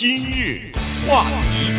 今日话题，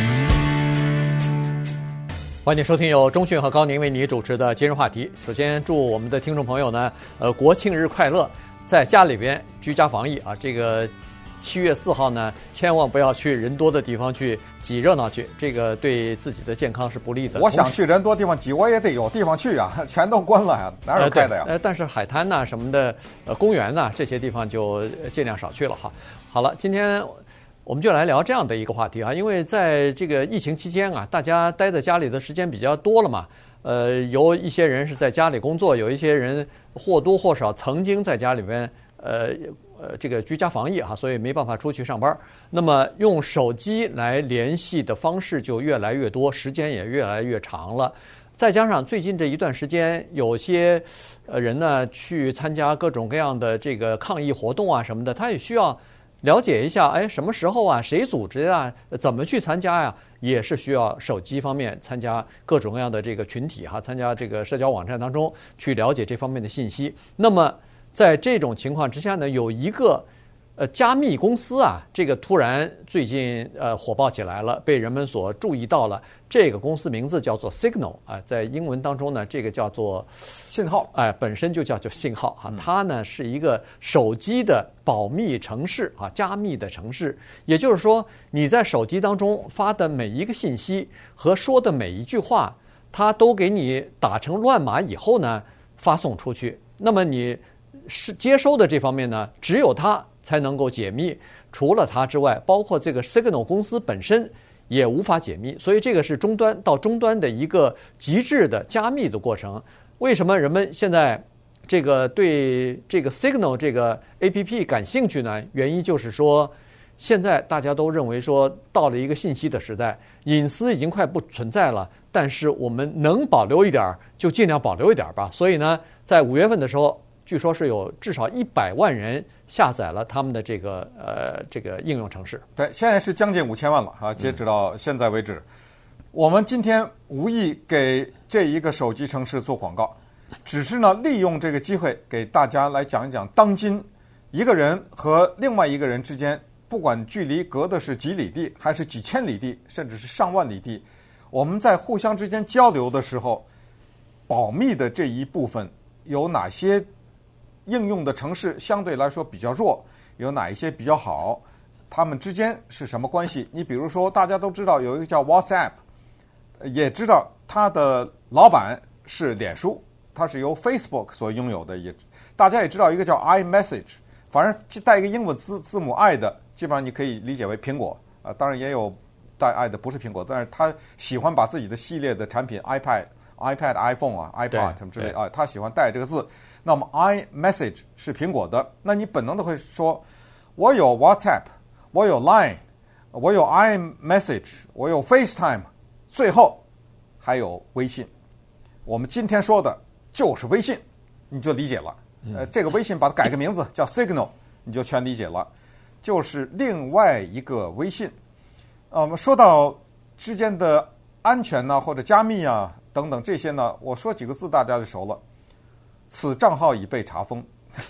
欢迎收听由钟讯和高宁为你主持的今日话题。首先祝我们的听众朋友呢，国庆日快乐，在家里边居家防疫啊。这个7月4号呢，千万不要去人多的地方去挤热闹去，这个对自己的健康是不利的。 我想去人多地方挤，我也得有地方去啊，全都关了呀，哪有开的呀？ 但是海滩呐、什么的，公园呐、这些地方就尽量少去了哈。好了，今天我们就来聊这样的一个话题啊，因为在这个疫情期间啊，大家待在家里的时间比较多了嘛。有一些人是在家里工作，有一些人或多或少曾经在家里边这个居家防疫哈，所以没办法出去上班。那么用手机来联系的方式就越来越多，时间也越来越长了。再加上最近这一段时间，有些人呢去参加各种各样的这个抗议活动啊什么的，他也需要了解一下，哎，什么时候啊，谁组织啊，怎么去参加呀？也是需要手机方面参加各种各样的这个群体哈，参加这个社交网站当中去了解这方面的信息。那么在这种情况之下呢，有一个加密公司啊，这个突然最近火爆起来了，被人们所注意到了。这个公司名字叫做 Signal 啊，在英文当中呢，这个叫做信号， 本身就叫做信号哈。它呢是一个手机的保密程式啊，加密的程式。也就是说，你在手机当中发的每一个信息和说的每一句话，它都给你打成乱码以后呢，发送出去。那么你是接收的这方面呢，只有它才能够解密，除了它之外，包括这个 Signal 公司本身也无法解密，所以这个是终端到终端的一个极致的加密的过程。为什么人们现在这个对这个 Signal 这个 APP 感兴趣呢？原因就是说，现在大家都认为说，到了一个信息的时代，隐私已经快不存在了，但是我们能保留一点就尽量保留一点吧。所以呢，在5月份的时候，据说是有至少100万人下载了他们的这个应用程式。 对，现在是将近5000万了啊！截止到现在为止，我们今天无意给这一个手机程式做广告，只是呢利用这个机会给大家来讲一讲，当今一个人和另外一个人之间，不管距离隔的是几里地，还是几千里地，甚至是上万里地，我们在互相之间交流的时候，保密的这一部分有哪些应用的程式相对来说比较弱，有哪一些比较好，他们之间是什么关系？你比如说，大家都知道有一个叫 WhatsApp， 也知道它的老板是脸书，它是由 Facebook 所拥有的，大家也知道一个叫 iMessage， 反正带一个英文字母 I 的，基本上你可以理解为苹果当然也有带 I 的不是苹果，但是他喜欢把自己的系列的产品 iPad、iPhone 啊、iPod 什么之类啊，他喜欢带这个字。那么 iMessage 是苹果的，那你本能的会说，我有 WhatsApp， 我有 Line， 我有 iMessage， 我有 FaceTime， 最后还有微信。我们今天说的就是微信，你就理解了。这个微信把它改个名字叫 Signal， 你就全理解了，就是另外一个微信。我们说到之间的安全呢，或者加密啊等等这些呢，我说几个字大家就熟了。此账号已被查封，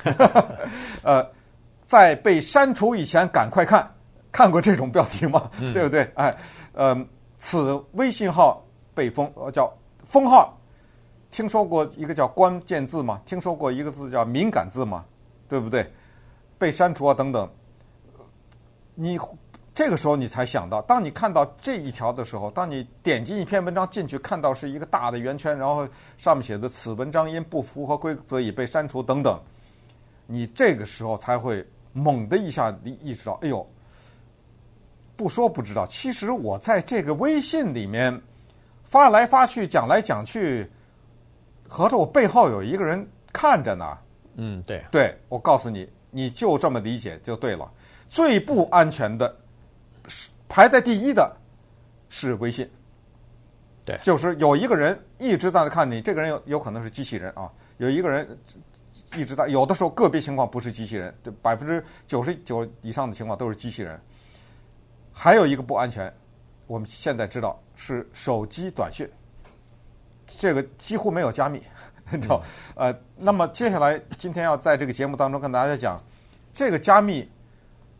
在被删除以前赶快看过这种标题吗？对不对？此微信号被封，叫封号。听说过一个叫关键字吗？听说过一个字叫敏感字吗？对不对？被删除啊等等。你这个时候你才想到，当你看到这一条的时候，当你点击一篇文章进去，看到是一个大的圆圈，然后上面写的此文章因不符合规则已被删除等等，你这个时候才会猛的一下意识到，哎呦，不说不知道，其实我在这个微信里面发来发去，讲来讲去，合着我背后有一个人看着呢。对，我告诉你，你就这么理解就对了。最不安全的排在第一的是微信， 对， 就是有一个人一直在看你，这个人有可能是机器人啊，有一个人一直在，有的时候个别情况不是机器人，99%以上的情况都是机器人。还有一个不安全，我们现在知道是手机短讯，这个几乎没有加密，你知道？那么接下来今天要在这个节目当中跟大家讲，这个加密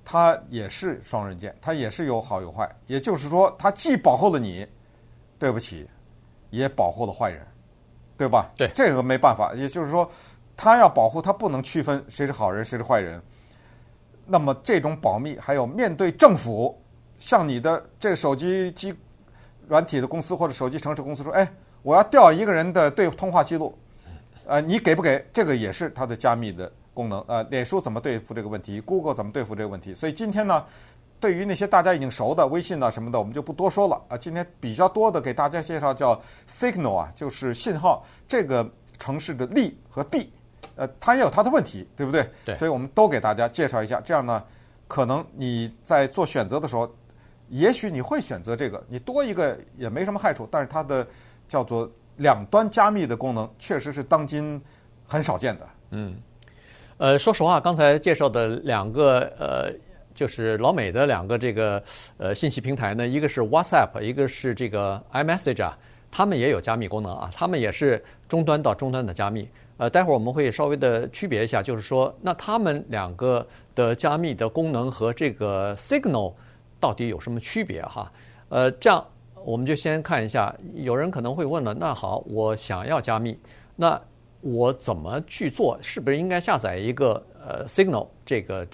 它也是双刃剑，它也是有好有坏。也就是说，它既保护了你，对不起，也保护了坏人，对吧？ 对， 这个没办法。也就是说，它要保护，它不能区分谁是好人谁是坏人。那么这种保密，还有面对政府，像你的这个手机软体的公司或者手机城市公司说，哎，我要调一个人的通话记录，你给不给？这个也是它的加密的功能。脸书怎么对付这个问题 ？Google 怎么对付这个问题？所以今天呢，对于那些大家已经熟的微信啊什么的，我们就不多说了啊。今天比较多的给大家介绍叫 Signal 啊，就是信号这个城市的利和弊。它也有它的问题，对不对？ 对。 所以我们都给大家介绍一下，这样呢，可能你在做选择的时候，也许你会选择这个，你多一个也没什么害处，但是它的叫做两端加密的功能，确实是当今很少见的。 说实话，刚才介绍的两个就是老美的两个这个信息平台呢，一个是 WhatsApp， 一个是这个 iMessage 啊，他们也有加密功能啊，他们也是终端到终端的加密。待会儿我们会稍微的区别一下，就是说，那他们两个的加密的功能和这个 Signal 到底有什么区别哈？这样我们就先看一下。有人可能会问了，那好，我想要加密，那我怎么去做？是不是应该下载一个Signal 这个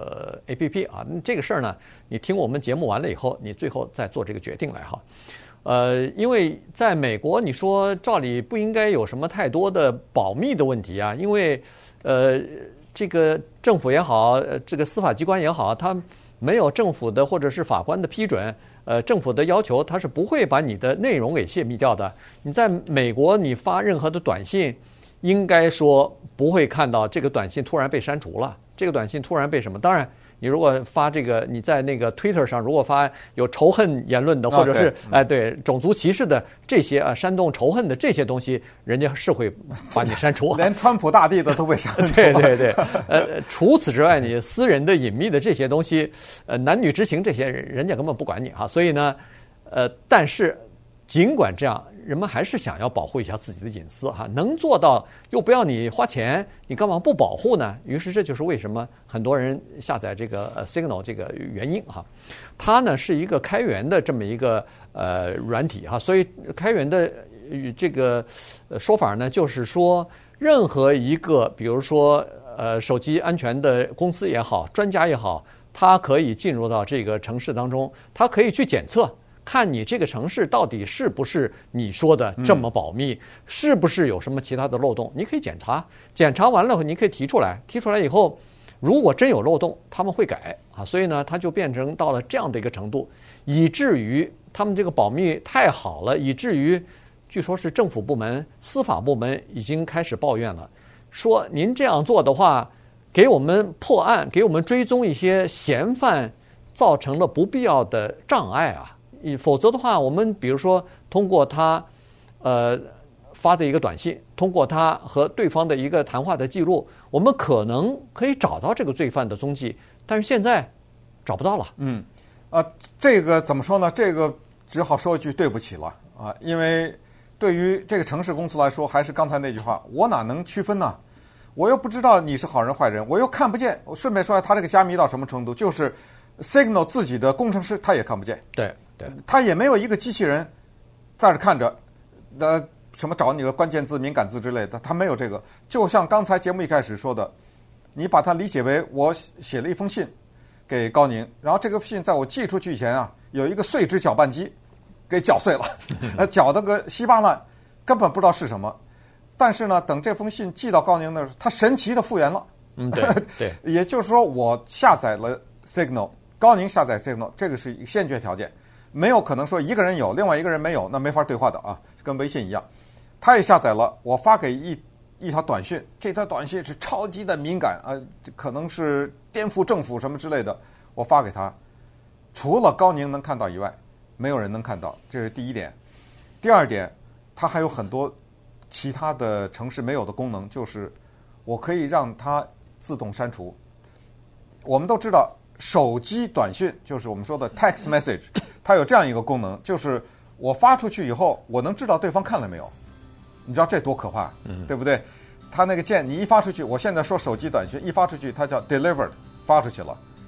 APP 啊？这个事儿呢，你听我们节目完了以后，你最后再做这个决定来哈。因为在美国，你说照理不应该有什么太多的保密的问题啊，因为这个政府也好，这个司法机关也好，它没有政府的或者是法官的批准，政府的要求，它是不会把你的内容给泄密掉的。你在美国，你发任何的短信，应该说不会看到这个短信突然被删除了，这个短信突然被什么？当然。你如果发这个，你在那个 Twitter 上，如果发有仇恨言论的，或者是对种族歧视的这些煽动仇恨的这些东西，人家是会把你删除。 连川普大帝的都被删除。 对，除此之外，你私人的隐秘的这些东西，男女之情这些，人家根本不管你哈。所以呢，但是尽管这样，人们还是想要保护一下自己的隐私哈，能做到又不要你花钱，你干嘛不保护呢？于是这就是为什么很多人下载这个Signal 这个原因哈。它呢是一个开源的这么一个软体哈，所以开源的这个说法呢，就是说任何一个比如说手机安全的公司也好，专家也好，它可以进入到这个城市当中，它可以去检测。看你这个城市到底是不是你说的这么保密，是不是有什么其他的漏洞？你可以检查，检查完了你可以提出来，提出来以后，如果真有漏洞，他们会改啊。所以呢，它就变成到了这样的一个程度，以至于他们这个保密太好了，以至于据说是政府部门、司法部门已经开始抱怨了，说您这样做的话，给我们破案、给我们追踪一些嫌犯，造成了不必要的障碍啊。否则的话，我们比如说通过他发的一个短信，通过他和对方的一个谈话的记录，我们可能可以找到这个罪犯的踪迹，但是现在找不到了。 这个怎么说呢？这个只好说一句对不起了啊，因为对于这个城市公司来说，还是刚才那句话，我哪能区分呢？我又不知道你是好人坏人，我又看不见。我顺便说，他这个加密到什么程度？就是 Signal 自己的工程师他也看不见。 对。 他也没有一个机器人在这看着，什么找你的关键字、敏感字之类的，他没有这个。就像刚才节目一开始说的，你把它理解为我写了一封信给高宁，然后这个信在我寄出去以前啊，有一个碎纸搅拌机给搅碎了，搅得个稀巴烂，根本不知道是什么。但是呢，等这封信寄到高宁的时候，他神奇的复原了。 对， 也就是说，我下载了 Signal， 高宁下载 Signal， 这个是一个先决条件。没有可能说一个人有，另外一个人没有，那没法对话的啊，跟微信一样。他也下载了，我发给一条短讯，这条短讯是超级的敏感啊，可能是颠覆政府什么之类的，我发给他，除了高宁能看到以外，没有人能看到，这是第一点。第二点，它还有很多其他的城市没有的功能，就是我可以让它自动删除。我们都知道，手机短讯就是我们说的 text message， 它有这样一个功能，就是我发出去以后，我能知道对方看了没有。你知道这多可怕，对不对？它那个键你一发出去，我现在说手机短讯一发出去，它叫 delivered， 发出去了。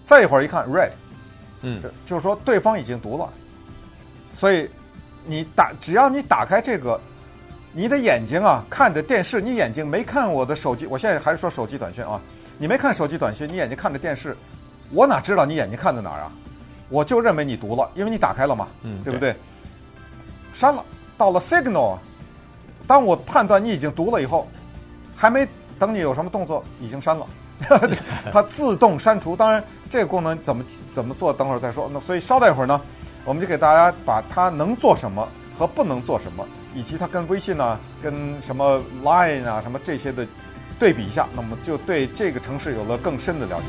再一会儿一看 red， 就是说对方已经读了。所以只要你打开这个，你的眼睛啊看着电视，你眼睛没看我的手机，我现在还是说手机短讯啊，你没看手机短讯，你眼睛看着电视，我哪知道你眼睛看在哪儿啊？我就认为你读了，因为你打开了嘛，对不对？删了，到了 Signal， 当我判断你已经读了以后，还没等你有什么动作，已经删了，它自动删除。当然，这个功能怎么做，等会儿再说。那所以稍待一会儿呢，我们就给大家把它能做什么和不能做什么，以及它跟微信啊、跟什么 Line 啊、什么这些的对比一下，那么就对这个城市有了更深的了解。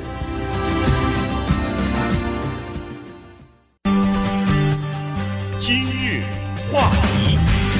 今日话题，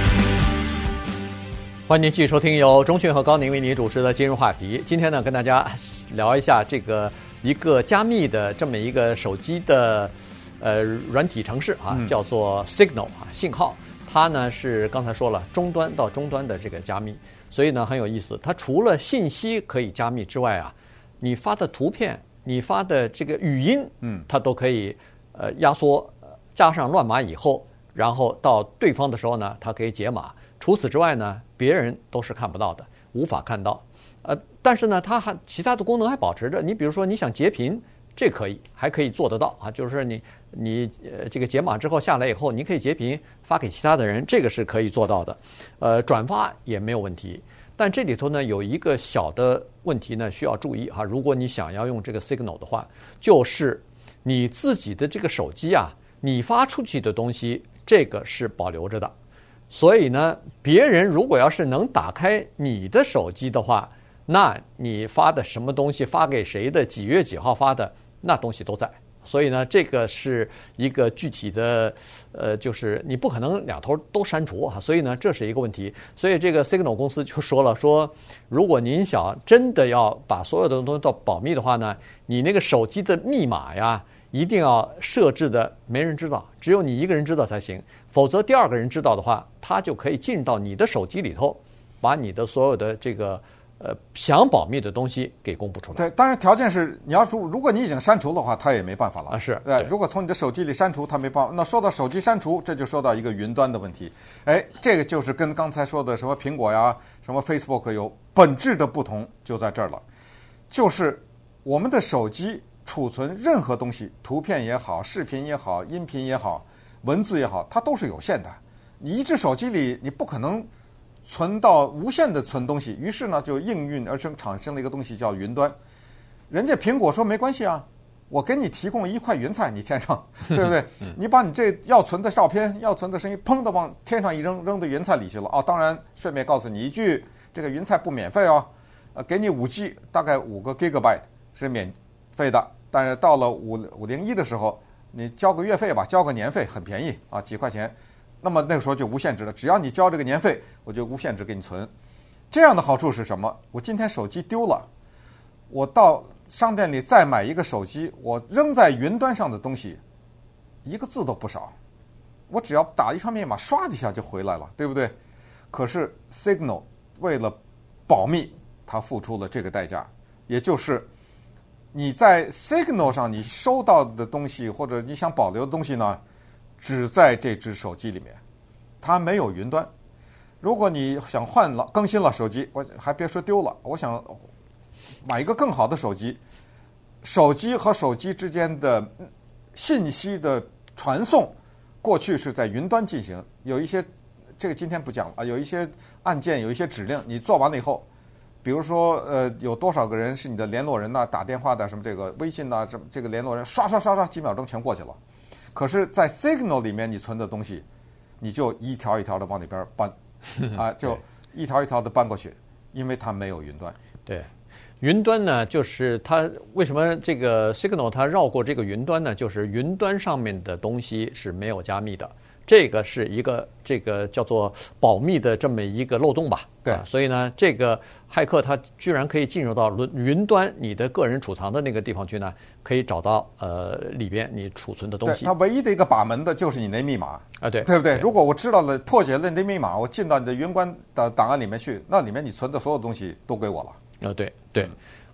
欢迎您继续收听由钟迅和高宁为您主持的今日话题。今天呢，跟大家聊一下一个加密的这么一个手机的软体程式啊，叫做 Signal 啊，信号。它呢是刚才说了，终端到终端的这个加密，所以呢很有意思。它除了信息可以加密之外啊，你发的图片、你发的这个语音，它都可以压缩，加上乱码以后，然后到对方的时候呢，它可以解码。除此之外呢，别人都是看不到的，无法看到。但是呢，它还其他的功能还保持着。你比如说，你想截屏，这还可以做得到啊，就是你这个解码之后下来以后，你可以截屏发给其他的人，这个是可以做到的。转发也没有问题。但这里头呢有一个小的问题呢需要注意哈，如果你想要用这个 Signal 的话，就是你自己的这个手机啊，你发出去的东西，这个是保留着的。所以呢，别人如果要是能打开你的手机的话，那你发的什么东西，发给谁的，几月几号发的，那东西都在。所以呢，这个是一个具体的，就是你不可能两头都删除啊。所以呢，这是一个问题。所以这个 Signal 公司就说了，说如果您想真的要把所有的东西都保密的话呢，你那个手机的密码呀，一定要设置的没人知道，只有你一个人知道才行。否则第二个人知道的话，他就可以进到你的手机里头，把你的所有的这个想保密的东西给公布出来。 对，当然条件是你要如果你已经删除的话，他也没办法了啊。是， 对，如果从你的手机里删除，他没办法。那说到手机删除，这就说到一个云端的问题。这个就是跟刚才说的什么苹果呀、什么 Facebook 有本质的不同，就在这儿了。就是我们的手机储存任何东西，图片也好、视频也好、音频也好、文字也好，它都是有限的。你一只手机里，你不可能存到无限的存东西，于是呢，就应运而生，产生了一个东西叫云端。人家苹果说没关系啊，我给你提供一块云彩，你填上，对不对？你把你这要存的照片、要存的声音，砰的往天上一扔，扔到云彩里去了。当然顺便告诉你一句，这个云彩不免费哦，给你5G， 大概5个 GB 是免费的，但是到了501的时候，你交个月费吧，交个年费，很便宜啊，几块钱。那么那个时候就无限制了，只要你交这个年费，我就无限制给你存。这样的好处是什么？我今天手机丢了，我到商店里再买一个手机，我扔在云端上的东西，一个字都不少，我只要打一串密码，唰的一下就回来了，对不对？可是 Signal 为了保密，它付出了这个代价，也就是你在 Signal 上你收到的东西或者你想保留的东西呢，只在这只手机里面，它没有云端。如果你想换了、更新了手机，我还别说丢了，我想买一个更好的手机，手机和手机之间的信息的传送，过去是在云端进行，有一些这个今天不讲啊，有一些按键、有一些指令，你做完了以后，比如说有多少个人是你的联络人呐、打电话的什么这个微信呐、什么这个联络人，刷刷刷刷，几秒钟全过去了。可是，在 Signal 里面你存的东西，你就一条一条的往那边搬，啊，就一条一条的搬过去，因为它没有云端。 对，云端呢，就是它为什么这个 Signal 它绕过这个云端呢？就是云端上面的东西是没有加密的。这个是一个这个叫做保密的这么一个漏洞吧？ 对， 所以呢，这个骇客他居然可以进入到云端你的个人储藏的那个地方去呢，可以找到里边你储存的东西。 对，它唯一的一个把门的就是你那密码啊，对， 对不对？如果我知道了破解了你的密码，我进到你的云端的档案里面去，那里面你存的所有东西都归我了。 对对。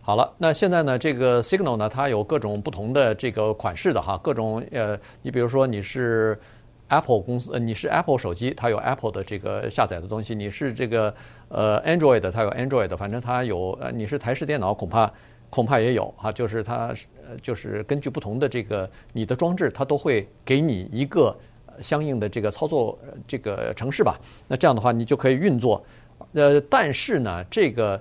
好了，那现在呢，这个 Signal 呢，它有各种不同的这个款式的哈，各种你比如说你是 Apple 公司，你是 Apple 手机，它有 Apple 的这个下载的东西；你是这个Android 的，它有 Android 的，反正它有你是台式电脑，恐怕也有哈，就是它就是根据不同的这个你的装置，它都会给你一个相应的这个操作这个程式吧。那这样的话，你就可以运作。但是呢，这个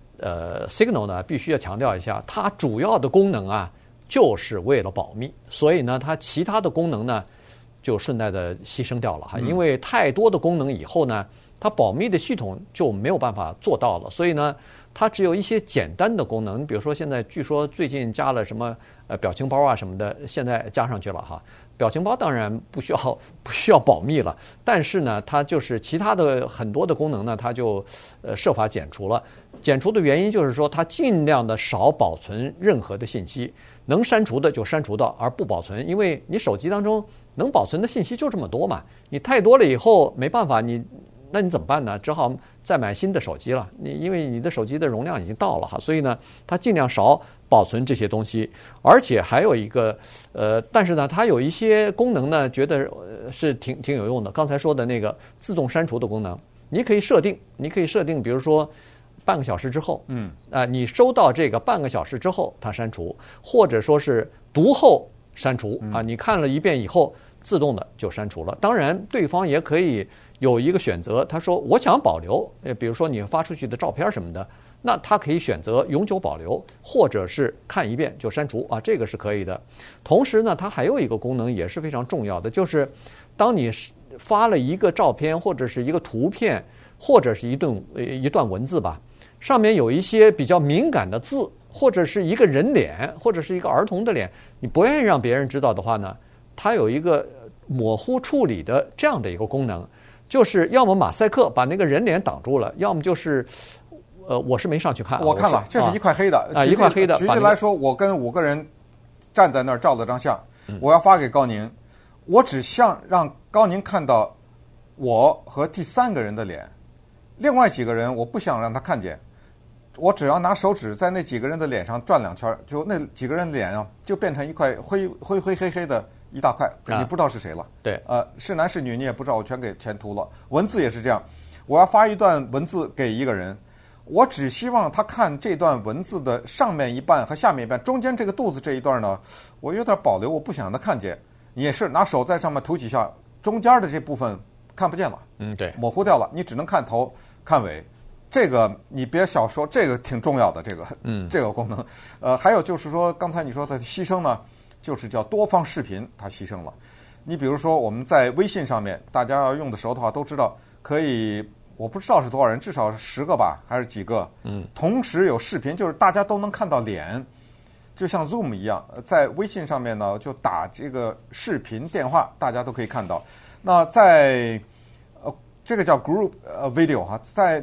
Signal 呢，必须要强调一下，它主要的功能啊，就是为了保密，所以呢，它其他的功能呢，就顺带的牺牲掉了哈。因为太多的功能以后呢，它保密的系统就没有办法做到了，所以呢，它只有一些简单的功能。你比如说，现在据说最近加了什么表情包啊什么的，现在加上去了哈。表情包当然不需要保密了，但是呢，它就是其他的很多的功能呢，它就设法减除了。减除的原因就是说，它尽量的少保存任何的信息，能删除的就删除到，而不保存。因为你手机当中能保存的信息就这么多嘛，你太多了以后没办法，那你怎么办呢？只好再买新的手机了。因为你的手机的容量已经到了哈，所以呢，它尽量少保存这些东西。而且还有一个但是呢，它有一些功能呢，觉得是挺有用的。刚才说的那个自动删除的功能，你可以设定，比如说半个小时之后，你收到这个半个小时之后它删除，或者说是读后删除啊，你看了一遍以后自动的就删除了。当然，对方也可以有一个选择，他说我想保留，比如说你发出去的照片什么的，那他可以选择永久保留，或者是看一遍就删除啊，这个是可以的。同时呢，它还有一个功能也是非常重要的，就是当你发了一个照片或者是一个图片或者是一段文字吧，上面有一些比较敏感的字，或者是一个人脸，或者是一个儿童的脸，你不愿意让别人知道的话呢，它有一个模糊处理的这样的一个功能，就是要么马赛克把那个人脸挡住了，要么就是我是没上去看， 我看了，这是一块黑的一块黑的。 举例来说，我跟5个人站在那儿照了张相，我要发给高宁，我只想让高宁看到我和第3个人的脸，另外几个人我不想让他看见。我只要拿手指在那几个人的脸上转2圈，就那几个人的脸啊，就变成一块灰黑的一大块，你不知道是谁了。 对， 是男是女你也不知道，我全给全涂了。文字也是这样，我要发一段文字给一个人，我只希望他看这段文字的上面一半和下面一半，中间这个肚子这一段呢，我有点保留，我不想让他看见。你也是拿手在上面涂几下，中间的这部分看不见了， 对， 模糊掉了，你只能看头看尾。这个你别小说，这个挺重要的，这个功能。还有就是说，刚才你说的牺牲呢，就是叫多方视频，它牺牲了。你比如说我们在微信上面，大家要用的熟的话都知道，可以，我不知道是多少人，至少10个吧，还是几个，同时有视频，就是大家都能看到脸，就像 Zoom 一样，在微信上面呢就打这个视频电话，大家都可以看到。那在这个叫 Group Video 哈，在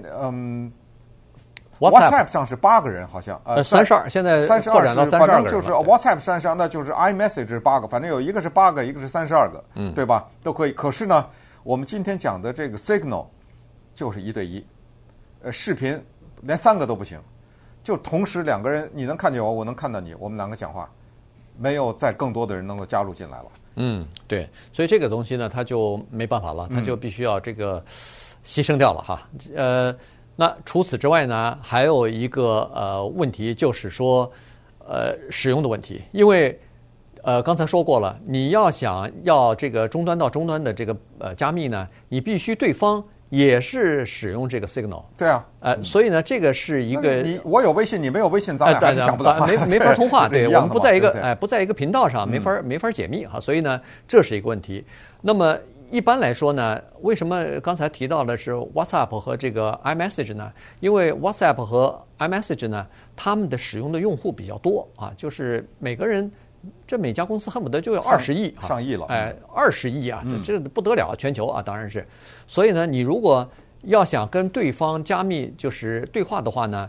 WhatsApp 上是8个人，好像 32，现在扩展到32个人， 反正就是 WhatsApp 32，那就是 iMessage 是8个，反正有一个是8个，一个是32个，对吧？都可以。可是呢，我们今天讲的这个 Signal 就是1对1，视频连3个都不行，就同时2个人，你能看见我，我能看到你，我们2个讲话，没有再更多的人能够加入进来了。 对，所以这个东西呢，它就没办法了，它就必须要这个牺牲掉了哈。那除此之外呢，还有一个问题，就是说使用的问题，因为刚才说过了，你想要这个终端到终端的这个加密呢，你必须对方也是使用这个 Signal。 对啊， 所以呢，这个是一个我有微信，你没有微信，咱俩还是想不到， 没法通话。对，我们不在一个频道上，没法解密哈。所以呢，这是一个问题。那么一般来说呢，为什么刚才提到的是 WhatsApp 和这个 iMessage 呢？因为 WhatsApp 和 iMessage 呢，他们的使用的用户比较多啊，就是每个人。这每家公司恨不得就有20亿， 上亿了 ，20亿啊，这不得了，全球啊，当然是。所以呢，你如果要想跟对方加密，就是对话的话呢，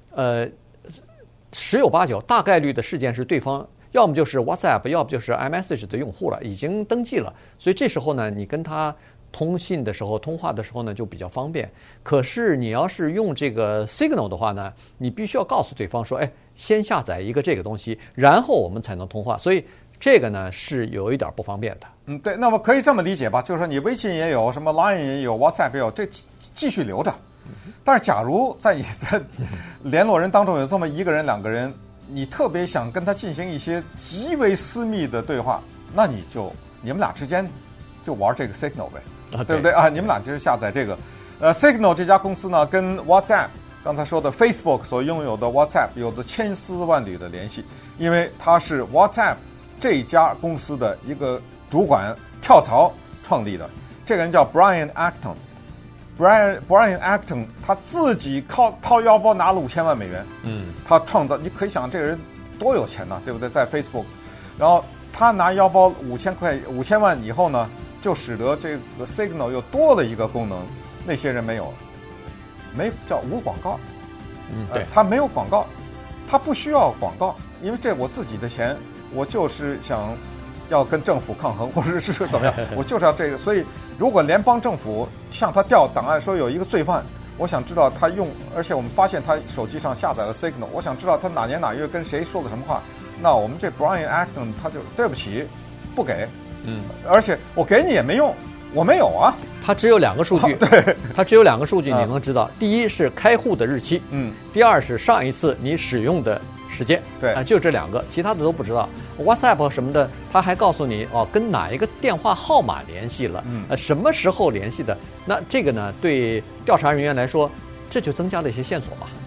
十有八九，大概率的事件是对方要么就是 WhatsApp， 要么就是 iMessage 的用户了，已经登记了。所以这时候呢，你跟他通信的时候、通话的时候呢，就比较方便。可是你要是用这个 Signal 的话呢，你必须要告诉对方说，哎，先下载一个这个东西，然后我们才能通话。所以这个呢是有一点不方便的。 对，那么可以这么理解吧，就是说你微信也有，什么 Line 也有 ，WhatsApp 也有，这继续留着。但是假如在你的联络人当中有这么1个人、2个人，你特别想跟他进行一些极为私密的对话，那你们俩之间就玩这个 Signal 呗。对不对啊？你们俩就是下载这个，Signal 这家公司呢，跟 WhatsApp 刚才说的 Facebook 所拥有的 WhatsApp 有着千丝万缕的联系，因为它是 WhatsApp 这家公司的一个主管跳槽创立的。这个人叫 Brian Acton，Brian Acton 他自己掏腰包拿了5000万美元，他创造，你可以想这个人多有钱呐，对不对？在 Facebook， 然后他拿腰包5000万以后呢，就使得这个 Signal 又多了一个功能，那些人没有，叫无广告。 对， 他没有广告，他不需要广告，因为这我自己的钱，我就是想要跟政府抗衡，或者是怎么样，我就是要这个。所以，如果联邦政府向他调档案，说有一个罪犯，我想知道他而且我们发现他手机上下载了 Signal， 我想知道他哪年哪月跟谁说的什么话，那我们这 Brian Acton 他就对不起，不给。而且我给你也没用，我没有啊。 它只有2个数据，对，它只有2个数据你能知道，第一是开户的日期，第二是上一次你使用的时间， 对啊，就这2个，其他的都不知道。WhatsApp 什么的，它还告诉你跟哪一个电话号码联系了，什么时候联系的，那这个呢，对调查人员来说，这就增加了一些线索嘛。